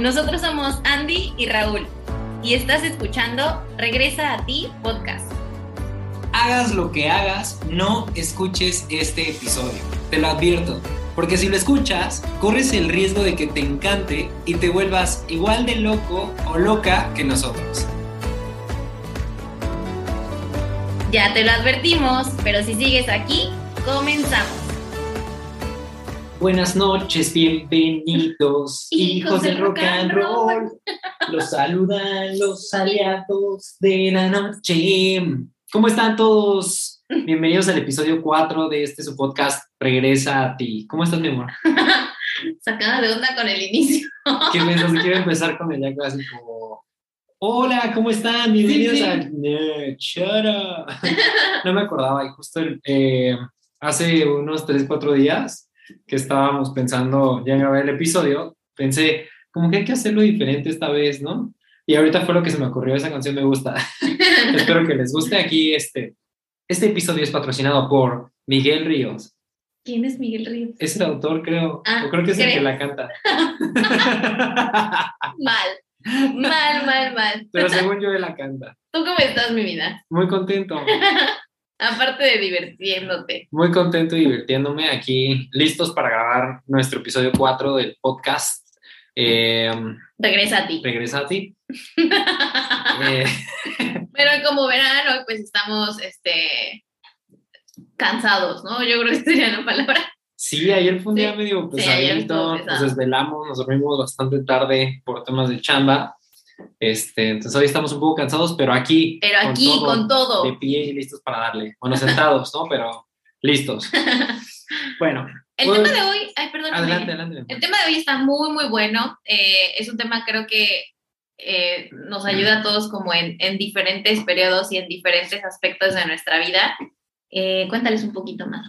Nosotros somos Andy y Raúl y estás escuchando Regresa a ti podcast. Hagas lo que hagas, no escuches este episodio. Te lo advierto, porque si lo escuchas, corres el riesgo de que te encante y te vuelvas igual de loco o loca que nosotros. Ya te lo advertimos, pero si sigues aquí, comenzamos. Buenas noches, bienvenidos, hijos del rock and roll. Los saludan los aliados de la noche. ¿Cómo están todos? Bienvenidos al episodio 4 de su podcast Regresa a ti. ¿Cómo estás, mi amor? Sacada de onda con el inicio. ¿Qué piensas? Quiero empezar con el ya casi como... Hola, ¿cómo están? Bienvenidos a... Shut up. No me acordaba y justo hace unos 3-4 días que estábamos pensando ya en grabar el episodio, pensé como que hay que hacerlo diferente esta vez, ¿no? Y ahorita fue lo que se me ocurrió, esa canción me gusta. Espero que les guste. Aquí este episodio es patrocinado por Miguel Ríos. ¿Quién es Miguel Ríos? Es el autor, creo. O creo que es el que la canta. Mal. Pero según yo, él la canta. ¿Tú cómo estás, mi vida? Muy contento. Aparte de divirtiéndote. Muy contento y divirtiéndome aquí, listos para grabar nuestro episodio 4 del podcast. Regresa a ti. Regresa a ti. Pero como verán, hoy pues estamos cansados, ¿no? Yo creo que sería la palabra. Sí, ayer fue un día medio pesadito, pesado. Nos desvelamos, nos dormimos bastante tarde por temas de chamba. Entonces hoy estamos un poco cansados, pero aquí con todo, de pie y listos para darle. Bueno, sentados, ¿no? Pero listos. Bueno. El tema de hoy, perdón. Adelante. El tema de hoy está muy, muy bueno. Es un tema creo que nos ayuda a todos como en diferentes periodos y en diferentes aspectos de nuestra vida. Cuéntales un poquito más.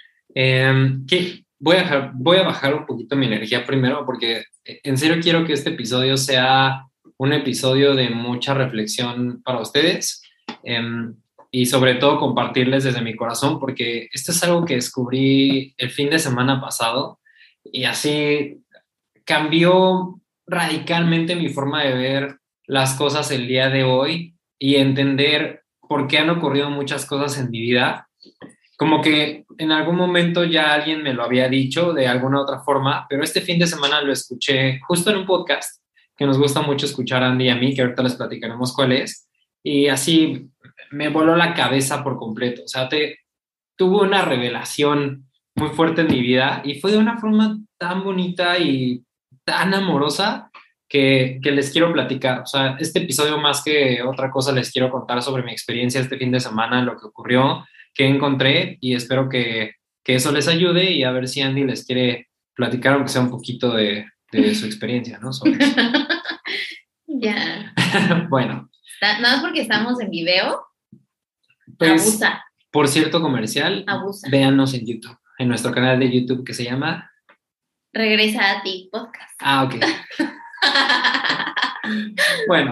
Voy a bajar un poquito mi energía primero porque en serio quiero que este episodio sea un episodio de mucha reflexión para ustedes y sobre todo compartirles desde mi corazón porque esto es algo que descubrí el fin de semana pasado y así cambió radicalmente mi forma de ver las cosas el día de hoy y entender por qué han ocurrido muchas cosas en mi vida. Como que en algún momento ya alguien me lo había dicho de alguna otra forma, pero este fin de semana lo escuché justo en un podcast que nos gusta mucho escuchar a Andy y a mí, que ahorita les platicaremos cuál es, y así me voló la cabeza por completo. O sea, tuve una revelación muy fuerte en mi vida y fue de una forma tan bonita y tan amorosa que les quiero platicar. O sea, este episodio más que otra cosa les quiero contar sobre mi experiencia este fin de semana, lo que ocurrió, que encontré y espero que eso les ayude y a ver si Andy les quiere platicar aunque sea un poquito de su experiencia, ¿no? Sobre eso. Ya. Bueno. Nada más porque estamos en video. Pues, abusa. Por cierto, comercial. Abusa. Véanos en YouTube, en nuestro canal de YouTube que se llama Regresa a ti podcast. Ah, ok. Bueno.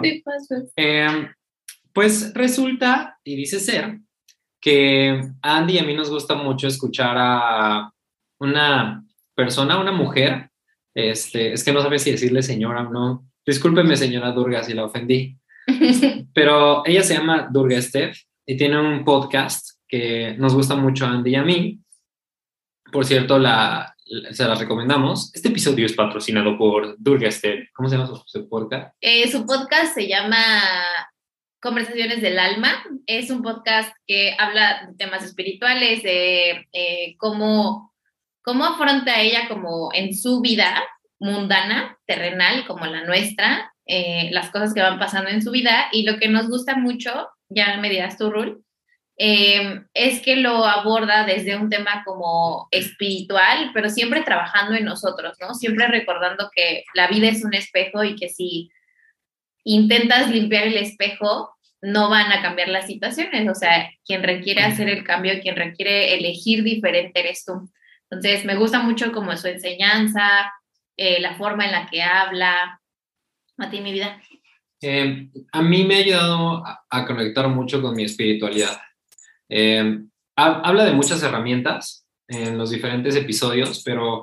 Pues resulta y dice ser que a Andy y a mí nos gusta mucho escuchar a una persona, una mujer, es que no sabe si decirle señora o no. Discúlpeme, señora Durga, si la ofendí. Pero ella se llama Durga Steph y tiene un podcast que nos gusta mucho a Andy y a mí. Por cierto, se las recomendamos. Este episodio es patrocinado por Durga Steph. ¿Cómo se llama su podcast? Su podcast se llama Conversaciones del Alma. Es un podcast que habla de temas espirituales, de cómo afronta ella como en su vida mundana, terrenal, como la nuestra, las cosas que van pasando en su vida. Y lo que nos gusta mucho, ya me dirás tú, Rul, es que lo aborda desde un tema como espiritual, pero siempre trabajando en nosotros, ¿no? Siempre recordando que la vida es un espejo y que si intentas limpiar el espejo, no van a cambiar las situaciones. O sea, quien requiere hacer el cambio, quien requiere elegir diferente eres tú. Entonces, me gusta mucho como su enseñanza, la forma en la que habla. ¿A ti, mi vida? A mí me ha ayudado a conectar mucho con mi espiritualidad. Habla de muchas herramientas en los diferentes episodios, pero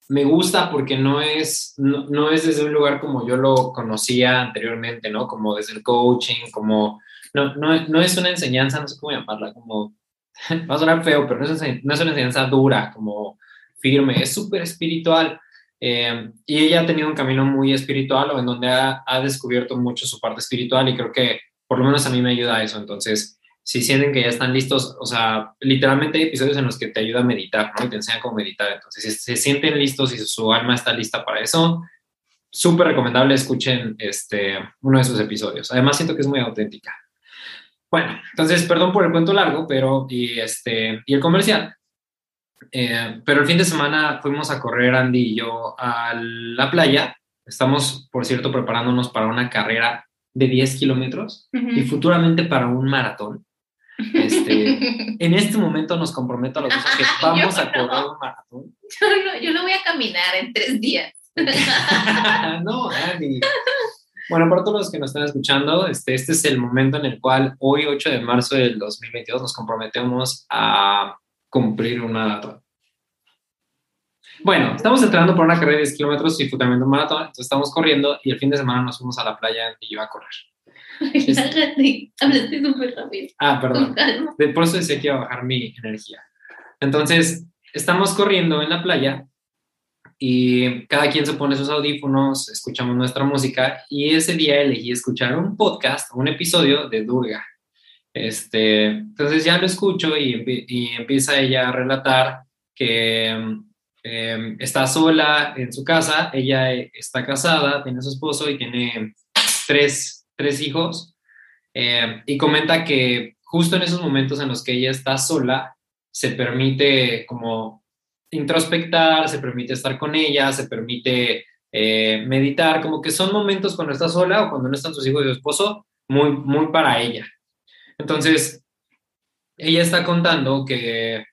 me gusta porque no es desde un lugar como yo lo conocía anteriormente, ¿no? Como desde el coaching, como, no es una enseñanza, no sé cómo llamarla, como, va a sonar feo, pero no es una enseñanza dura, como firme, es súper espiritual. Y ella ha tenido un camino muy espiritual o en donde ha descubierto mucho su parte espiritual y creo que por lo menos a mí me ayuda a eso. Entonces, si sienten que ya están listos, o sea, literalmente hay episodios en los que te ayuda a meditar, ¿no? Y te enseñan cómo meditar. Entonces, si se sienten listos y su alma está lista para eso, súper recomendable escuchen uno de sus episodios. Además, siento que es muy auténtica. Bueno, entonces, perdón por el cuento largo, pero, y el comercial, pero el fin de semana fuimos a correr Andy y yo a la playa. Estamos, por cierto, preparándonos para una carrera de 10 kilómetros y futuramente para un maratón. En este momento nos comprometo a los dos que vamos a correr un maratón. Yo no voy a caminar en 3 días. No, Andy. Bueno, para todos los que nos están escuchando, este es el momento en el cual hoy, 8 de marzo del 2022, nos comprometemos a cumplir un maratón. Bueno, estamos entrenando por una carrera de 10 kilómetros y futuramente un maratón, entonces estamos corriendo y el fin de semana nos fuimos a la playa y yo a correr. Hablaste súper rápido. Perdón. Por eso decía que iba a bajar mi energía. Entonces, estamos corriendo en la playa y cada quien se pone sus audífonos, escuchamos nuestra música y ese día elegí escuchar un podcast, un episodio de Durga. Entonces ya lo escucho y empieza ella a relatar que está sola en su casa, ella está casada, tiene a su esposo y tiene tres hijos, y comenta que justo en esos momentos en los que ella está sola, se permite como introspectar, se permite estar con ella, se permite meditar, como que son momentos cuando está sola o cuando no están sus hijos y su esposo, muy, muy para ella. Entonces, ella está contando que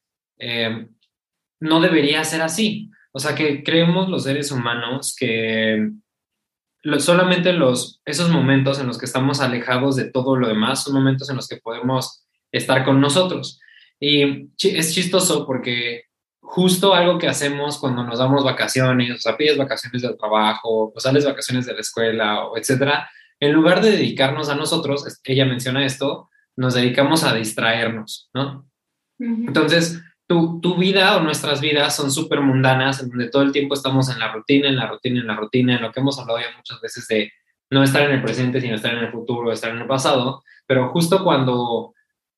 no debería ser así. O sea, que creemos los seres humanos que solamente esos momentos en los que estamos alejados de todo lo demás son momentos en los que podemos estar con nosotros. Y es chistoso porque justo algo que hacemos cuando nos damos vacaciones, o sea, pides vacaciones del trabajo, o sales vacaciones de la escuela, o etcétera, en lugar de dedicarnos a nosotros, ella menciona esto, nos dedicamos a distraernos, ¿no? Entonces, tu vida o nuestras vidas son súper mundanas, en donde todo el tiempo estamos en la rutina, en la rutina, en la rutina, en lo que hemos hablado ya muchas veces de no estar en el presente, sino estar en el futuro, estar en el pasado, pero justo cuando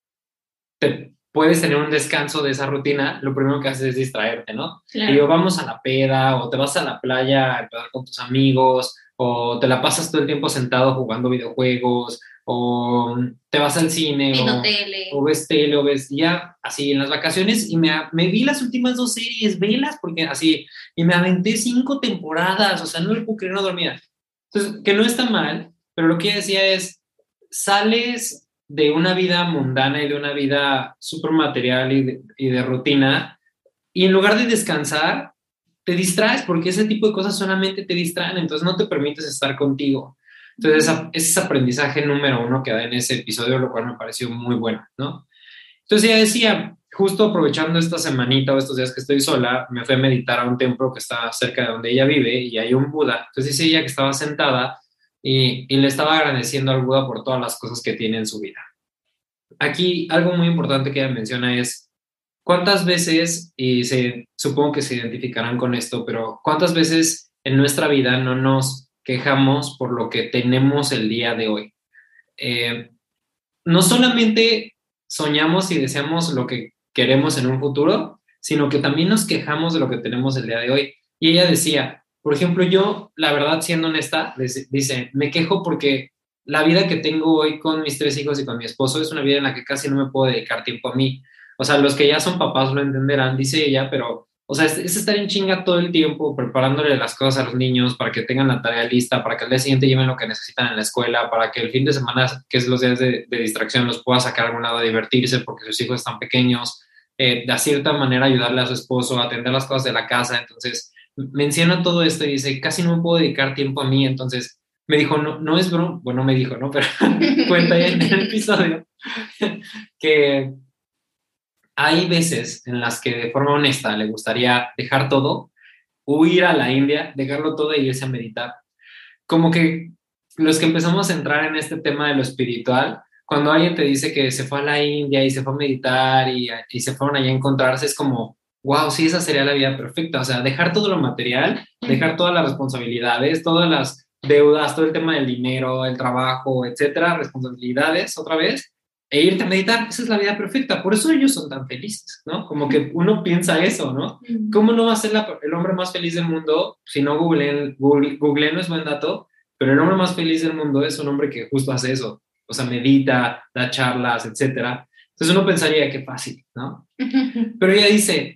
te puedes tener un descanso de esa rutina, lo primero que haces es distraerte, ¿no? Claro. Y o vamos a la peda, o te vas a la playa a empezar con tus amigos, o te la pasas todo el tiempo sentado jugando videojuegos, o te vas al cine, o ves tele, o ves ya así en las vacaciones, y me vi las últimas 2 series, velas, porque así, y me aventé 5 temporadas, o sea, no le puedo creer, no dormía. Entonces, que no está mal, pero lo que ella decía es, sales de una vida mundana y de una vida súper material y de rutina, y en lugar de descansar, te distraes, porque ese tipo de cosas solamente te distraen, entonces no te permites estar contigo. Entonces, ese es aprendizaje número 1 que da en ese episodio, lo cual me pareció muy bueno, ¿no? Entonces ella decía, justo aprovechando esta semanita o estos días que estoy sola, me fui a meditar a un templo que está cerca de donde ella vive y hay un Buda. Entonces dice ella que estaba sentada y le estaba agradeciendo al Buda por todas las cosas que tiene en su vida. Aquí algo muy importante que ella menciona es, ¿cuántas veces, y supongo que se identificarán con esto, pero cuántas veces en nuestra vida no nos quejamos por lo que tenemos el día de hoy? No solamente soñamos y deseamos lo que queremos en un futuro, sino que también nos quejamos de lo que tenemos el día de hoy. Y ella decía, por ejemplo, yo, la verdad, siendo honesta, dice, me quejo porque la vida que tengo hoy con mis 3 hijos y con mi esposo es una vida en la que casi no me puedo dedicar tiempo a mí. O sea, los que ya son papás lo entenderán, dice ella, pero, o sea, es estar en chinga todo el tiempo preparándole las cosas a los niños para que tengan la tarea lista, para que al día siguiente lleven lo que necesitan en la escuela, para que el fin de semana, que es los días de distracción, los pueda sacar a algún lado a divertirse porque sus hijos están pequeños, de cierta manera ayudarle a su esposo a atender las cosas de la casa. Entonces, menciona todo esto y dice, casi no me puedo dedicar tiempo a mí. Entonces, me dijo, no es broma, bueno, me dijo, ¿no? Pero cuenta ya en el episodio que hay veces en las que de forma honesta le gustaría dejar todo, huir a la India, dejarlo todo e irse a meditar. Como que los que empezamos a entrar en este tema de lo espiritual, cuando alguien te dice que se fue a la India y se fue a meditar y se fueron allá a encontrarse, es como, wow, sí, esa sería la vida perfecta. O sea, dejar todo lo material, dejar todas las responsabilidades, todas las deudas, todo el tema del dinero, el trabajo, etcétera, responsabilidades otra vez, e irte a meditar. Esa es la vida perfecta. Por eso ellos son tan felices, ¿no? Como que uno piensa eso, ¿no? ¿Cómo no va a ser el hombre más feliz del mundo si no Google no es buen dato? Pero el hombre más feliz del mundo es un hombre que justo hace eso, o sea, medita, da charlas, etcétera. Entonces uno pensaría que fácil, ¿no? Pero ella dice,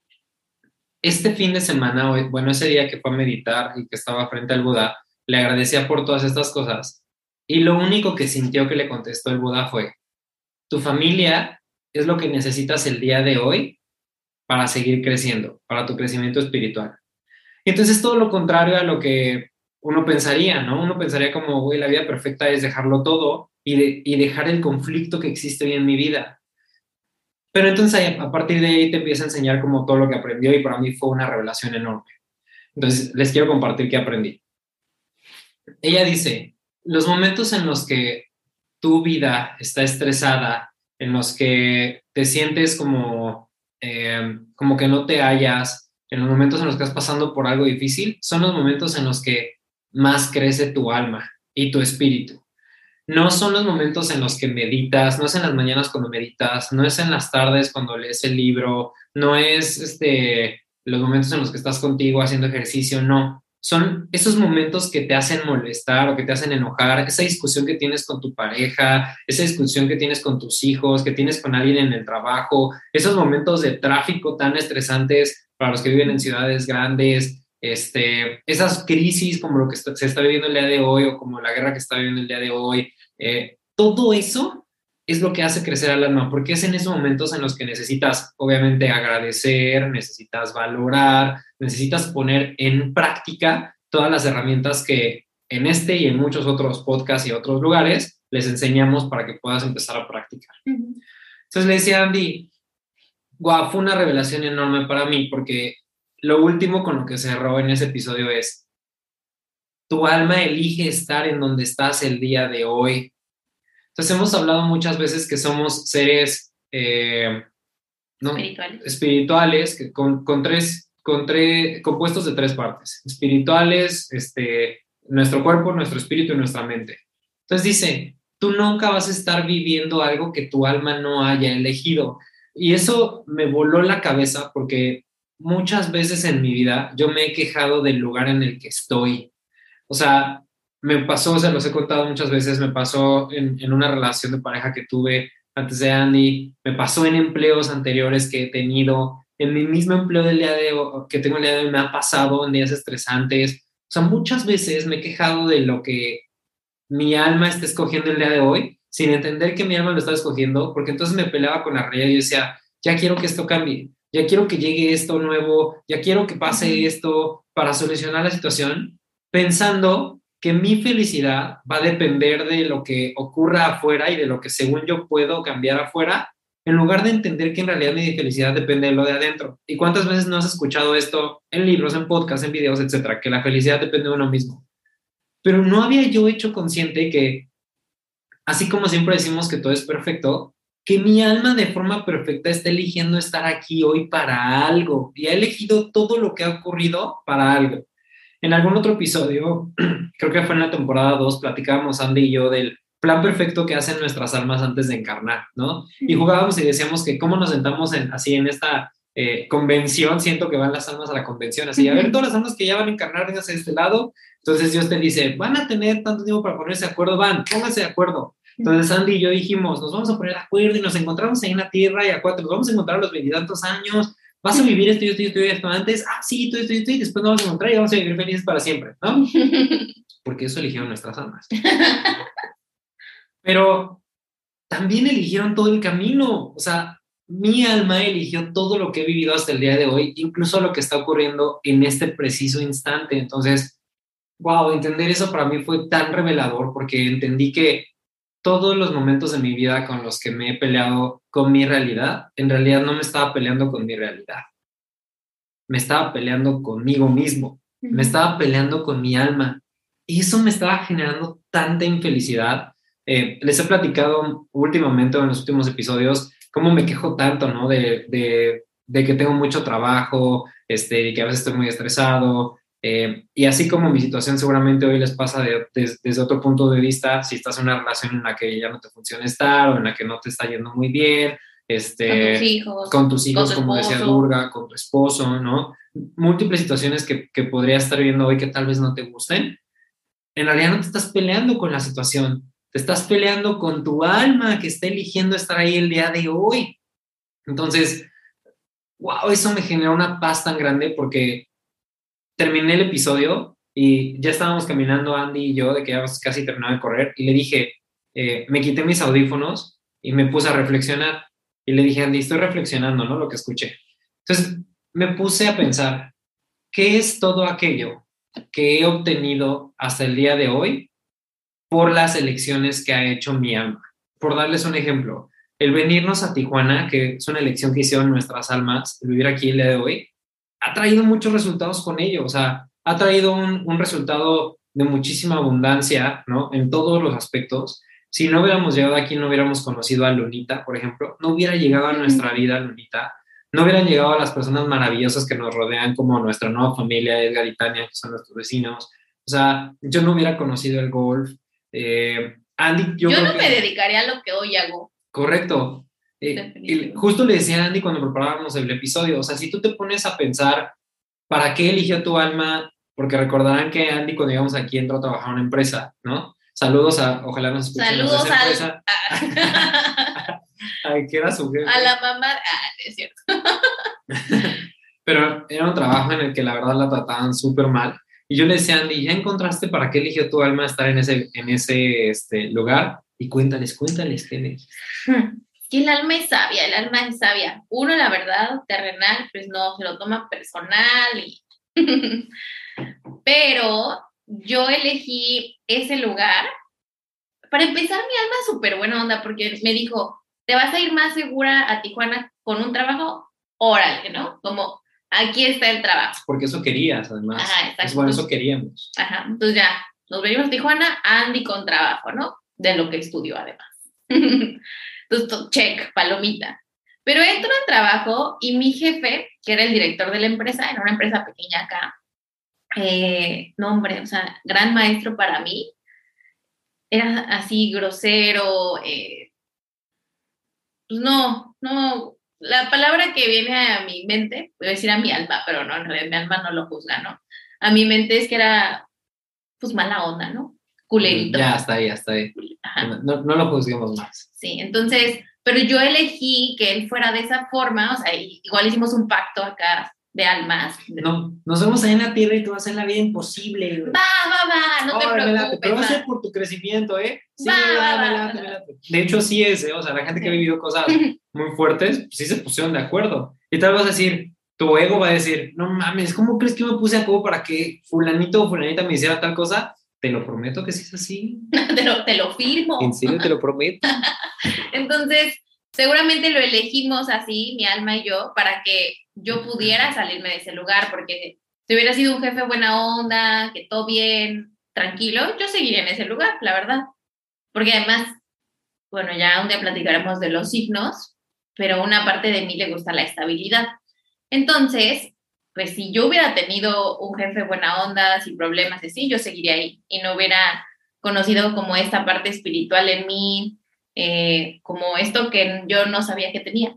este fin de semana, bueno, ese día que fue a meditar y que estaba frente al Buda, le agradecía por todas estas cosas y lo único que sintió que le contestó el Buda fue, tu familia es lo que necesitas el día de hoy para seguir creciendo, para tu crecimiento espiritual. Y entonces es todo lo contrario a lo que uno pensaría, ¿no? Uno pensaría como, güey, la vida perfecta es dejarlo todo y dejar el conflicto que existe hoy en mi vida. Pero entonces a partir de ahí te empieza a enseñar como todo lo que aprendió y para mí fue una revelación enorme. Entonces les quiero compartir qué aprendí. Ella dice, los momentos en los que tu vida está estresada, en los que te sientes como que no te hallas, en los momentos en los que estás pasando por algo difícil, son los momentos en los que más crece tu alma y tu espíritu. No son los momentos en los que meditas, no es en las mañanas cuando meditas, no es en las tardes cuando lees el libro, no es los momentos en los que estás contigo haciendo ejercicio, no. Son esos momentos que te hacen molestar o que te hacen enojar, esa discusión que tienes con tu pareja, esa discusión que tienes con tus hijos, que tienes con alguien en el trabajo, esos momentos de tráfico tan estresantes para los que viven en ciudades grandes, esas crisis como lo que se está viviendo el día de hoy o como la guerra que está viviendo el día de hoy, todo eso es lo que hace crecer al alma, porque es en esos momentos en los que necesitas, obviamente, agradecer, necesitas valorar, necesitas poner en práctica todas las herramientas que en este y en muchos otros podcasts y otros lugares les enseñamos para que puedas empezar a practicar. Entonces le decía a Andy, wow, fue una revelación enorme para mí, porque lo último con lo que cerró en ese episodio es, tu alma elige estar en donde estás el día de hoy. Entonces hemos hablado muchas veces que somos seres ¿no? espirituales que compuestos de tres partes, espirituales, nuestro cuerpo, nuestro espíritu y nuestra mente. Entonces dice, tú nunca vas a estar viviendo algo que tu alma no haya elegido. Y eso me voló la cabeza porque muchas veces en mi vida yo me he quejado del lugar en el que estoy. O sea, me pasó, se los he contado muchas veces, me pasó en una relación de pareja que tuve antes de Andy, me pasó en empleos anteriores que he tenido, en mi mismo empleo del día de hoy, que tengo el día de hoy me ha pasado en días estresantes. O sea, muchas veces me he quejado de lo que mi alma está escogiendo el día de hoy, sin entender que mi alma lo está escogiendo, porque entonces me peleaba con la realidad y yo decía, ya quiero que esto cambie, ya quiero que llegue esto nuevo, ya quiero que pase esto para solucionar la situación, pensando que mi felicidad va a depender de lo que ocurra afuera y de lo que según yo puedo cambiar afuera, en lugar de entender que en realidad mi felicidad depende de lo de adentro. ¿Y cuántas veces no has escuchado esto en libros, en podcasts, en videos, etcétera? Que la felicidad depende de uno mismo. Pero no había yo hecho consciente que, así como siempre decimos que todo es perfecto, que mi alma de forma perfecta está eligiendo estar aquí hoy para algo y ha elegido todo lo que ha ocurrido para algo. En algún otro episodio, creo que fue en la temporada 2, platicábamos Andy y yo del plan perfecto que hacen nuestras almas antes de encarnar, ¿no? Y jugábamos y decíamos que cómo nos sentamos así en esta convención, siento que van las almas a la convención, así, a ver, todas las almas que ya van a encarnar, vénganse de este lado. Entonces Dios te dice, van a tener tanto tiempo para ponerse de acuerdo, pónganse de acuerdo. Entonces Andy y yo dijimos, nos vamos a poner de acuerdo y nos encontramos ahí en la tierra y a 4, nos vamos a encontrar a los 20 y tantos años, vas a vivir esto antes, sí, esto, y después nos vamos a encontrar y vamos a vivir felices para siempre, ¿no? Porque eso eligieron nuestras almas. Pero también eligieron todo el camino, o sea, mi alma eligió todo lo que he vivido hasta el día de hoy, incluso lo que está ocurriendo en este preciso instante. Entonces, wow, entender eso para mí fue tan revelador porque entendí que todos los momentos de mi vida con los que me he peleado con mi realidad, en realidad no me estaba peleando con mi realidad. me estaba peleando conmigo mismo, me estaba peleando con mi alma. Y eso me estaba generando tanta infelicidad. Les he platicado últimamente en los últimos episodios cómo me quejo tanto, ¿no? De que tengo mucho trabajo, y que a veces estoy muy estresado. Y así como mi situación seguramente hoy les pasa desde otro punto de vista, si estás en una relación en la que ya no te funciona estar o en la que no te está yendo muy bien, con tus hijos, como decía Durga, con tu esposo, ¿no? Múltiples situaciones que podría estar viendo hoy que tal vez no te gusten. En realidad no te estás peleando con la situación, te estás peleando con tu alma que está eligiendo estar ahí el día de hoy. Entonces, wow, eso me generó una paz tan grande porque terminé el episodio y ya estábamos caminando Andy y yo, de que ya casi terminaba de correr, y le dije, me quité mis audífonos y me puse a reflexionar. Y le dije, Andy, estoy reflexionando, ¿no? Lo que escuché. Entonces, me puse a pensar, ¿qué es todo aquello que he obtenido hasta el día de hoy por las elecciones que ha hecho mi alma? Por darles un ejemplo, el venirnos a Tijuana, que es una elección que hicieron nuestras almas, el vivir aquí el día de hoy, ha traído muchos resultados con ello. O sea, ha traído un resultado de muchísima abundancia, ¿no? En todos los aspectos. Si no hubiéramos llegado aquí, no hubiéramos conocido a Lunita, por ejemplo, no hubiera llegado a nuestra vida Lunita, no hubieran llegado a las personas maravillosas que nos rodean, como nuestra nueva familia, Edgar y Tania, que son nuestros vecinos. O sea, yo no hubiera conocido el golf. Andy, yo no me dedicaría a lo que hoy hago. Correcto. Y justo le decía a Andy cuando preparábamos el episodio, o sea, si tú te pones a pensar, ¿para qué eligió tu alma? Porque recordarán que Andy cuando llegamos aquí entró a trabajar en una empresa, ¿no? Saludos ojalá nos escuchen. Saludos a esa empresa. Ay, que era su jefe. A la mamá, es cierto. Pero era un trabajo en el que la verdad la trataban súper mal. Y yo le decía a Andy, ¿ya encontraste para qué eligió tu alma estar en ese lugar? Y cuéntales, ¿qué? Que el alma es sabia, el alma es sabia. Uno, la verdad, terrenal, pues no, se lo toma personal. Pero yo elegí ese lugar. Para empezar, mi alma es súper buena onda, porque me dijo, ¿te vas a ir más segura a Tijuana con un trabajo? Órale, ¿no? Como, aquí está el trabajo. Porque eso querías, además. Ajá, exacto. Pues bueno, eso queríamos. Ajá, entonces ya, nos venimos a Tijuana, Andy con trabajo, ¿no? De lo que estudió, además. Entonces, check, palomita. Pero entro al trabajo y mi jefe, que era el director de la empresa, era una empresa pequeña acá, no, hombre, o sea, gran maestro para mí, era así grosero, pues no, la palabra que viene a mi mente, voy a decir a mi alma, pero no, en realidad mi alma no lo juzga, ¿no? A mi mente es que era, pues, mala onda, ¿no? Culerito. Ya, hasta ahí. No lo juzguemos más. Sí, entonces, pero yo elegí que él fuera de esa forma, o sea, igual hicimos un pacto acá de almas. No, nos vemos ahí en la tierra y tú vas a hacer la vida imposible. Va, no te preocupes. Pero va a ser por tu crecimiento, ¿eh? Sí, va. De hecho, sí es, ¿eh? O sea, la gente que ha vivido cosas muy fuertes, pues sí se pusieron de acuerdo. Y tal vez vas a decir, tu ego va a decir, no mames, ¿cómo crees que yo me puse a acuerdo para que fulanito o fulanita me hiciera tal cosa? Te lo prometo que sí es así. te lo firmo. En serio, te lo prometo. Entonces, seguramente lo elegimos así, mi alma y yo, para que yo pudiera salirme de ese lugar, porque si hubiera sido un jefe buena onda, que todo bien, tranquilo, yo seguiría en ese lugar, la verdad. Porque además, bueno, ya un día platicaremos de los signos, pero una parte de mí le gusta la estabilidad. Entonces, pues si yo hubiera tenido un jefe buena onda, sin problemas así, yo seguiría ahí y no hubiera conocido como esta parte espiritual en mí, como esto que yo no sabía que tenía.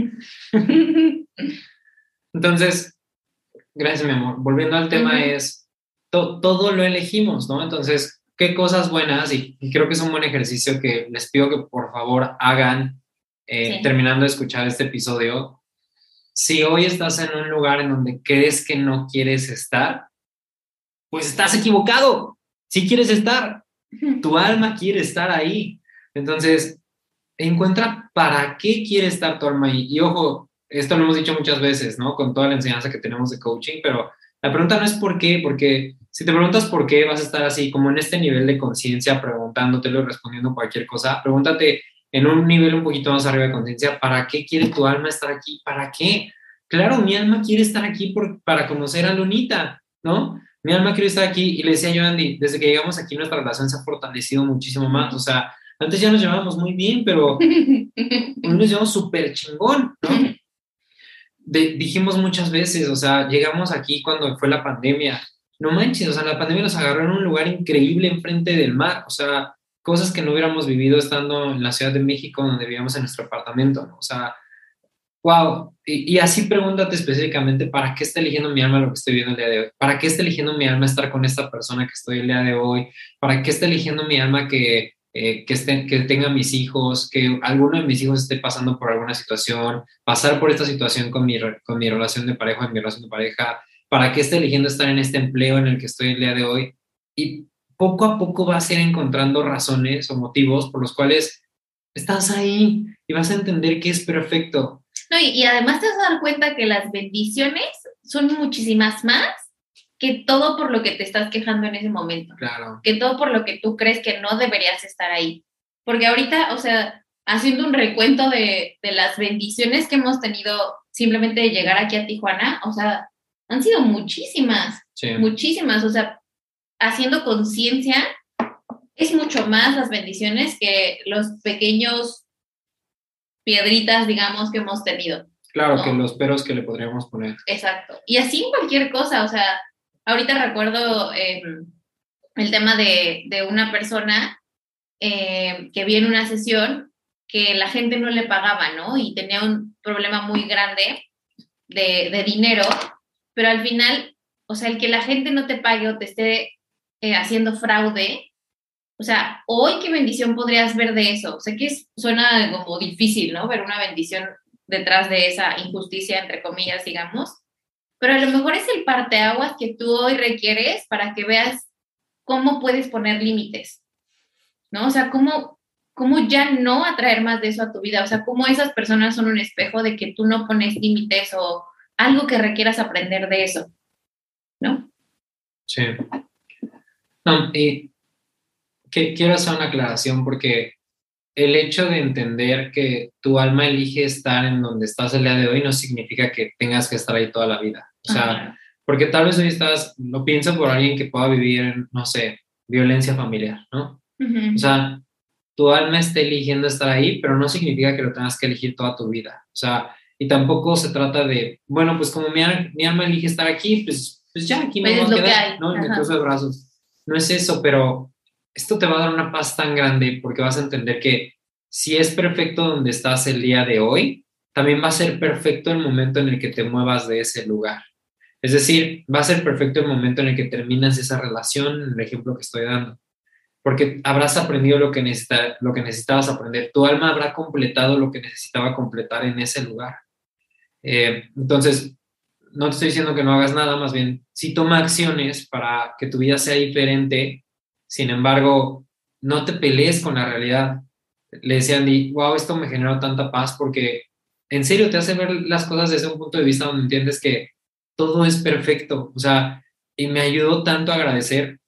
Entonces, gracias, mi amor. Volviendo al tema, es todo lo elegimos, ¿no? Entonces, qué cosas buenas, y creo que es un buen ejercicio que les pido que por favor hagan terminando de escuchar este episodio. Si hoy estás en un lugar en donde crees que no quieres estar, pues estás equivocado. Sí quieres estar. Tu alma quiere estar ahí. Entonces, encuentra para qué quiere estar tu alma ahí. Y ojo, esto lo hemos dicho muchas veces, ¿no? Con toda la enseñanza que tenemos de coaching, pero la pregunta no es por qué, porque si te preguntas por qué, vas a estar así, como en este nivel de conciencia, preguntándotelo y respondiendo cualquier cosa. Pregúntate en un nivel un poquito más arriba de conciencia, ¿para qué quiere tu alma estar aquí? ¿Para qué? claro, mi alma quiere estar aquí para conocer a Lunita, ¿no? Mi alma quiere estar aquí. Y le decía yo a Andy, desde que llegamos aquí nuestra relación se ha fortalecido muchísimo más. O sea, antes ya nos llevábamos muy bien, pero hoy nos llevamos súper chingón, ¿no? Dijimos muchas veces, o sea, llegamos aquí cuando fue la pandemia. No manches, o sea, la pandemia nos agarró en un lugar increíble enfrente del mar. O sea, cosas que no hubiéramos vivido estando en la Ciudad de México, donde vivíamos en nuestro apartamento, ¿no? O sea, wow, y así pregúntate específicamente, ¿para qué está eligiendo mi alma lo que estoy viendo el día de hoy? ¿Para qué está eligiendo mi alma estar con esta persona que estoy el día de hoy? ¿Para qué está eligiendo mi alma que tenga mis hijos, que alguno de mis hijos esté pasando por alguna situación, pasar por esta situación con mi relación de pareja, en mi relación de pareja? ¿Para qué está eligiendo estar en este empleo en el que estoy el día de hoy? Y poco a poco vas a ir encontrando razones o motivos por los cuales estás ahí y vas a entender que es perfecto. No, y además te vas a dar cuenta que las bendiciones son muchísimas más que todo por lo que te estás quejando en ese momento. Claro. Que todo por lo que tú crees que no deberías estar ahí. Porque ahorita, o sea, haciendo un recuento de las bendiciones que hemos tenido simplemente de llegar aquí a Tijuana, o sea, han sido muchísimas, Sí. muchísimas. O sea, haciendo conciencia, es mucho más las bendiciones que los pequeños piedritas, digamos, que hemos tenido. Claro, ¿no? que los peros que le podríamos poner. Exacto. Y así en cualquier cosa, o sea, ahorita recuerdo el tema de una persona que vi en una sesión que la gente no le pagaba, ¿no? Y tenía un problema muy grande de dinero, pero al final, o sea, el que la gente no te pague o te esté haciendo fraude, o sea, hoy qué bendición podrías ver de eso. O sea, que suena como difícil, ¿no? Ver una bendición detrás de esa injusticia, entre comillas, digamos. Pero a lo mejor es el parteaguas que tú hoy requieres para que veas cómo puedes poner límites, ¿no? O sea, cómo ya no atraer más de eso a tu vida. O sea, cómo esas personas son un espejo de que tú no pones límites o algo que requieras aprender de eso, ¿no? Sí. No, y quiero hacer una aclaración porque el hecho de entender que tu alma elige estar en donde estás el día de hoy no significa que tengas que estar ahí toda la vida. O sea, porque tal vez hoy lo pienso por alguien que pueda vivir, no sé, violencia familiar, ¿no? Uh-huh. O sea, tu alma está eligiendo estar ahí, pero no significa que lo tengas que elegir toda tu vida. O sea, y tampoco se trata de, bueno, pues como mi alma elige estar aquí, pues ya aquí me Pues voy es a lo que quedar, hay. ¿no? Y me Ajá. cruzo de brazos. No es eso, pero esto te va a dar una paz tan grande porque vas a entender que si es perfecto donde estás el día de hoy, también va a ser perfecto el momento en el que te muevas de ese lugar. Es decir, va a ser perfecto el momento en el que terminas esa relación, en el ejemplo que estoy dando, porque habrás aprendido lo que necesitabas aprender. Tu alma habrá completado lo que necesitaba completar en ese lugar. Entonces, no te estoy diciendo que no hagas nada, más bien, sí toma acciones para que tu vida sea diferente. Sin embargo, no te pelees con la realidad. Le decía Andy, wow, esto me generó tanta paz porque en serio te hace ver las cosas desde un punto de vista donde entiendes que todo es perfecto. O sea, y me ayudó tanto a agradecer.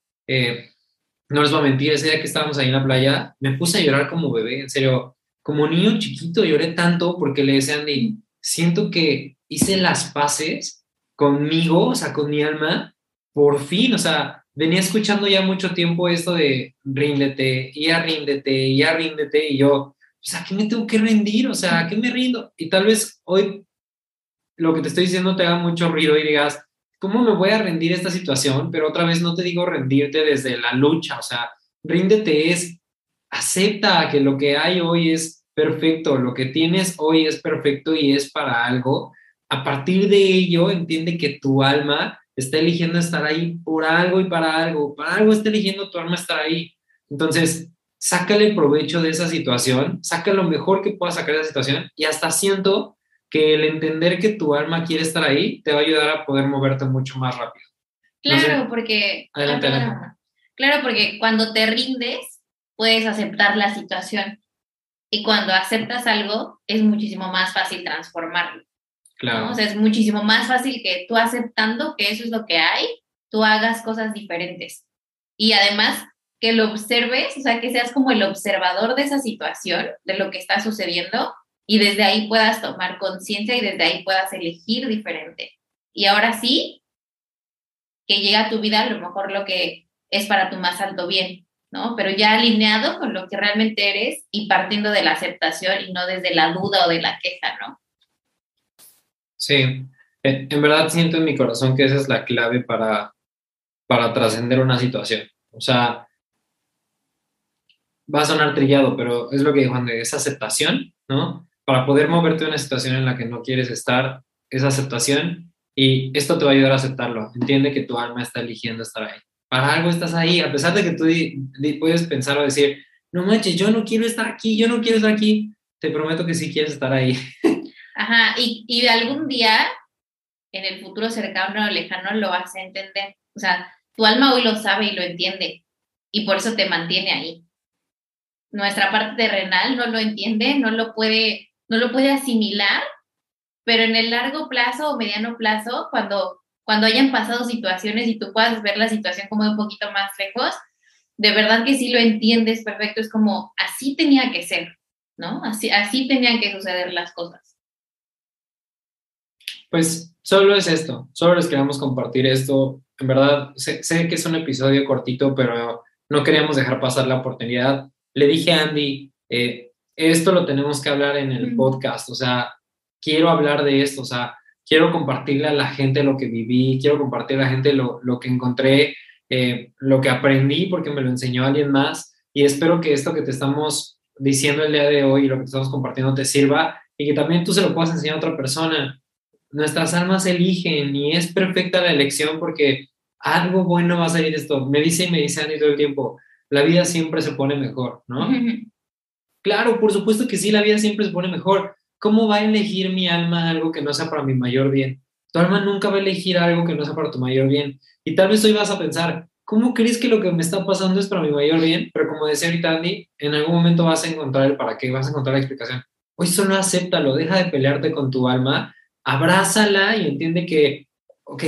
No les voy a mentir, ese día que estábamos ahí en la playa, me puse a llorar como bebé, en serio, como niño chiquito lloré tanto porque le decía a Andy, siento que hice las paces conmigo, o sea, con mi alma, por fin, o sea, venía escuchando ya mucho tiempo esto de ríndete, y ya ríndete, y ya ríndete, y yo, pues, ¿a qué me tengo que rendir? O sea, ¿a qué me rindo? Y tal vez hoy lo que te estoy diciendo te haga mucho ruido y digas, ¿cómo me voy a rendir esta situación? Pero otra vez no te digo rendirte desde la lucha, o sea, ríndete es, acepta que lo que hay hoy es perfecto, lo que tienes hoy es perfecto y es para algo. A partir de ello, entiende que tu alma está eligiendo estar ahí por algo y para algo está eligiendo tu alma estar ahí. Entonces, sácale provecho de esa situación, saca lo mejor que puedas sacar de esa situación y hasta siento que el entender que tu alma quiere estar ahí te va a ayudar a poder moverte mucho más rápido. Claro, No sé. porque... Adelante, adelante. Claro, porque cuando te rindes, puedes aceptar la situación. Y cuando aceptas algo, es muchísimo más fácil transformarlo. Claro. ¿no? O sea, es muchísimo más fácil que tú aceptando que eso es lo que hay, tú hagas cosas diferentes. Y además, que lo observes, o sea, que seas como el observador de esa situación, de lo que está sucediendo, y desde ahí puedas tomar conciencia y desde ahí puedas elegir diferente. Y ahora sí, que llega a tu vida a lo mejor lo que es para tu más alto bien, ¿no? Pero ya alineado con lo que realmente eres y partiendo de la aceptación y no desde la duda o de la queja, ¿no? Sí, en verdad siento en mi corazón que esa es la clave para trascender una situación. O sea, va a sonar trillado, pero es lo que dijo André, es aceptación, ¿no? Para poder moverte a una situación en la que no quieres estar, es aceptación y esto te va a ayudar a aceptarlo. Entiende que tu alma está eligiendo estar ahí. Para algo estás ahí, a pesar de que tú puedes pensar o decir, no manches, yo no quiero estar aquí, yo no quiero estar aquí. Te prometo que sí quieres estar ahí. Ajá, y algún día, en el futuro cercano o lejano, lo vas a entender. O sea, tu alma hoy lo sabe y lo entiende, y por eso te mantiene ahí. Nuestra parte terrenal no lo entiende, no lo puede asimilar, pero en el largo plazo o mediano plazo, cuando hayan pasado situaciones y tú puedas ver la situación como de un poquito más lejos, de verdad que sí lo entiendes perfecto, es como así tenía que ser, ¿no? Así tenían que suceder las cosas. Pues solo es esto, solo les queremos compartir esto. En verdad, sé que es un episodio cortito, pero no queríamos dejar pasar la oportunidad. Le dije a Andy, esto lo tenemos que hablar en el podcast, o sea, quiero hablar de esto, o sea, quiero compartirle a la gente lo que viví, quiero compartirle a la gente lo que encontré, lo que aprendí porque me lo enseñó alguien más y espero que esto que te estamos diciendo el día de hoy y lo que te estamos compartiendo te sirva y que también tú se lo puedas enseñar a otra persona. Nuestras almas eligen y es perfecta la elección porque algo bueno va a salir de esto. Me dice y me dice Andy todo el tiempo, la vida siempre se pone mejor, ¿no? Claro, por supuesto que sí, la vida siempre se pone mejor. ¿Cómo va a elegir mi alma algo que no sea para mi mayor bien? Tu alma nunca va a elegir algo que no sea para tu mayor bien. Y tal vez hoy vas a pensar, ¿cómo crees que lo que me está pasando es para mi mayor bien? Pero como decía ahorita Andy, en algún momento vas a encontrar el para qué, vas a encontrar la explicación. Hoy solo acéptalo, deja de pelearte con tu alma, abrázala y entiende que, ok,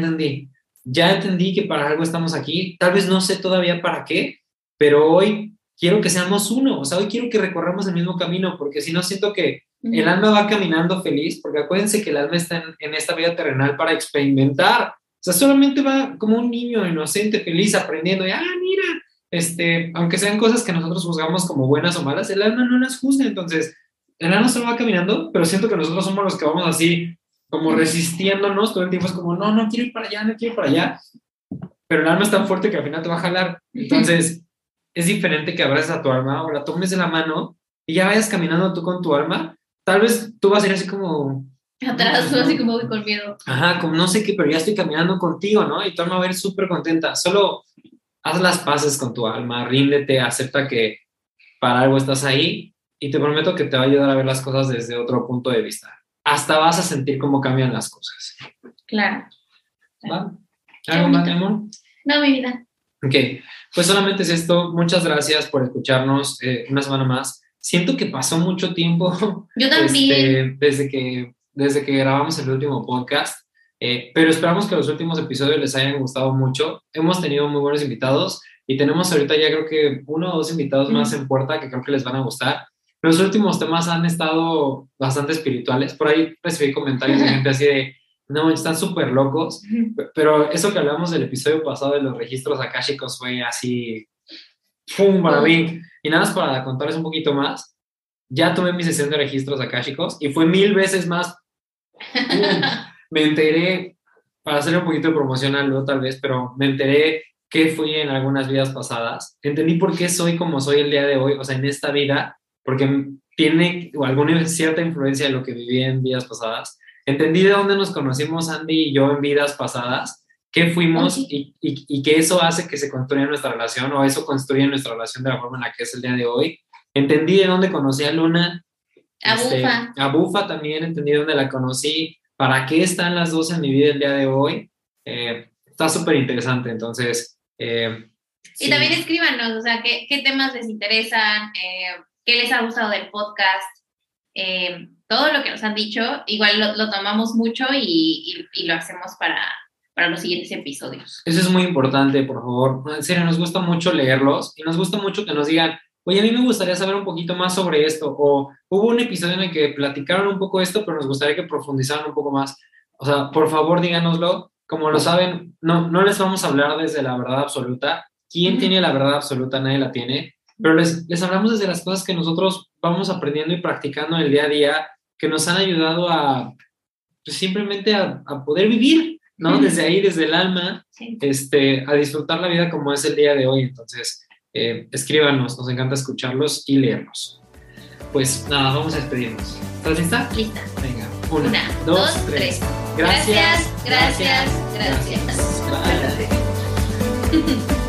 ya entendí que para algo estamos aquí. Tal vez no sé todavía para qué, pero hoy quiero que seamos uno, o sea, hoy quiero que recorramos el mismo camino, porque si no siento que el alma va caminando feliz, porque acuérdense que el alma está en esta vida terrenal para experimentar, o sea, solamente va como un niño inocente, feliz, aprendiendo, y, mira, aunque sean cosas que nosotros juzgamos como buenas o malas, el alma no las juzga, entonces, el alma solo va caminando, pero siento que nosotros somos los que vamos así, como resistiéndonos, todo el tiempo es como, no, no quiero ir para allá, no quiero ir para allá, pero el alma es tan fuerte que al final te va a jalar, entonces es diferente que abraces a tu alma o la tomes de la mano y ya vayas caminando tú con tu alma. Tal vez tú vas a ir así como... Atrás, no, así como voy con miedo. Ajá, como no sé qué, pero ya estoy caminando contigo, ¿no? Y tu alma va a ir súper contenta. Solo haz las paces con tu alma, ríndete, acepta que para algo estás ahí y te prometo que te va a ayudar a ver las cosas desde otro punto de vista. Hasta vas a sentir cómo cambian las cosas. Claro. ¿Va? ¿Algo más, mi amor? No, mi vida. Ok, pues solamente es esto. Muchas gracias por escucharnos una semana más. Siento que pasó mucho tiempo. Yo también. Desde que grabamos el último podcast, pero esperamos que los últimos episodios les hayan gustado mucho. Hemos tenido muy buenos invitados y tenemos ahorita ya creo que 1 o 2 invitados más en puerta que creo que les van a gustar. Los últimos temas han estado bastante espirituales. Por ahí recibí comentarios de gente así de, no, están súper locos, pero eso que hablamos del episodio pasado de los registros akáshicos fue así, ¡pum! Para mí. Y nada más para contarles un poquito más, ya tuve mi sesión de registros akáshicos y fue 1000 veces más. Me enteré, para hacerle un poquito de promocional, ¿no? Tal vez, pero me enteré que fui en algunas vidas pasadas. Entendí por qué soy como soy el día de hoy, o sea, en esta vida, porque tiene alguna cierta influencia de lo que viví en vidas pasadas. Entendí de dónde nos conocimos Andy y yo en vidas pasadas, qué fuimos y que eso hace que se construya nuestra relación o eso construye nuestra relación de la forma en la que es el día de hoy. Entendí de dónde conocí a Luna. A Bufa también entendí dónde la conocí, para qué están las dos en mi vida el día de hoy. Está súper interesante, entonces... Y también escríbanos, o sea, qué temas les interesan, qué les ha gustado del podcast, todo lo que nos han dicho, igual lo tomamos mucho y lo hacemos para los siguientes episodios. Eso es muy importante, por favor. En serio, nos gusta mucho leerlos y nos gusta mucho que nos digan oye, a mí me gustaría saber un poquito más sobre esto, o hubo un episodio en el que platicaron un poco esto, pero nos gustaría que profundizaran un poco más. O sea, por favor, díganoslo. Como lo saben, no les vamos a hablar desde la verdad absoluta. ¿Quién tiene la verdad absoluta? Nadie la tiene. Pero les hablamos desde las cosas que nosotros vamos aprendiendo y practicando en el día a día, que nos han ayudado a, pues, simplemente a poder vivir, ¿no? Desde ahí, desde el alma, Sí. a disfrutar la vida como es el día de hoy. Entonces, escríbanos, nos encanta escucharlos y leerlos. Pues nada, vamos a despedirnos. ¿Estás lista? Lista. Venga, 1, 2, 3. Gracias. Gracias. Bye.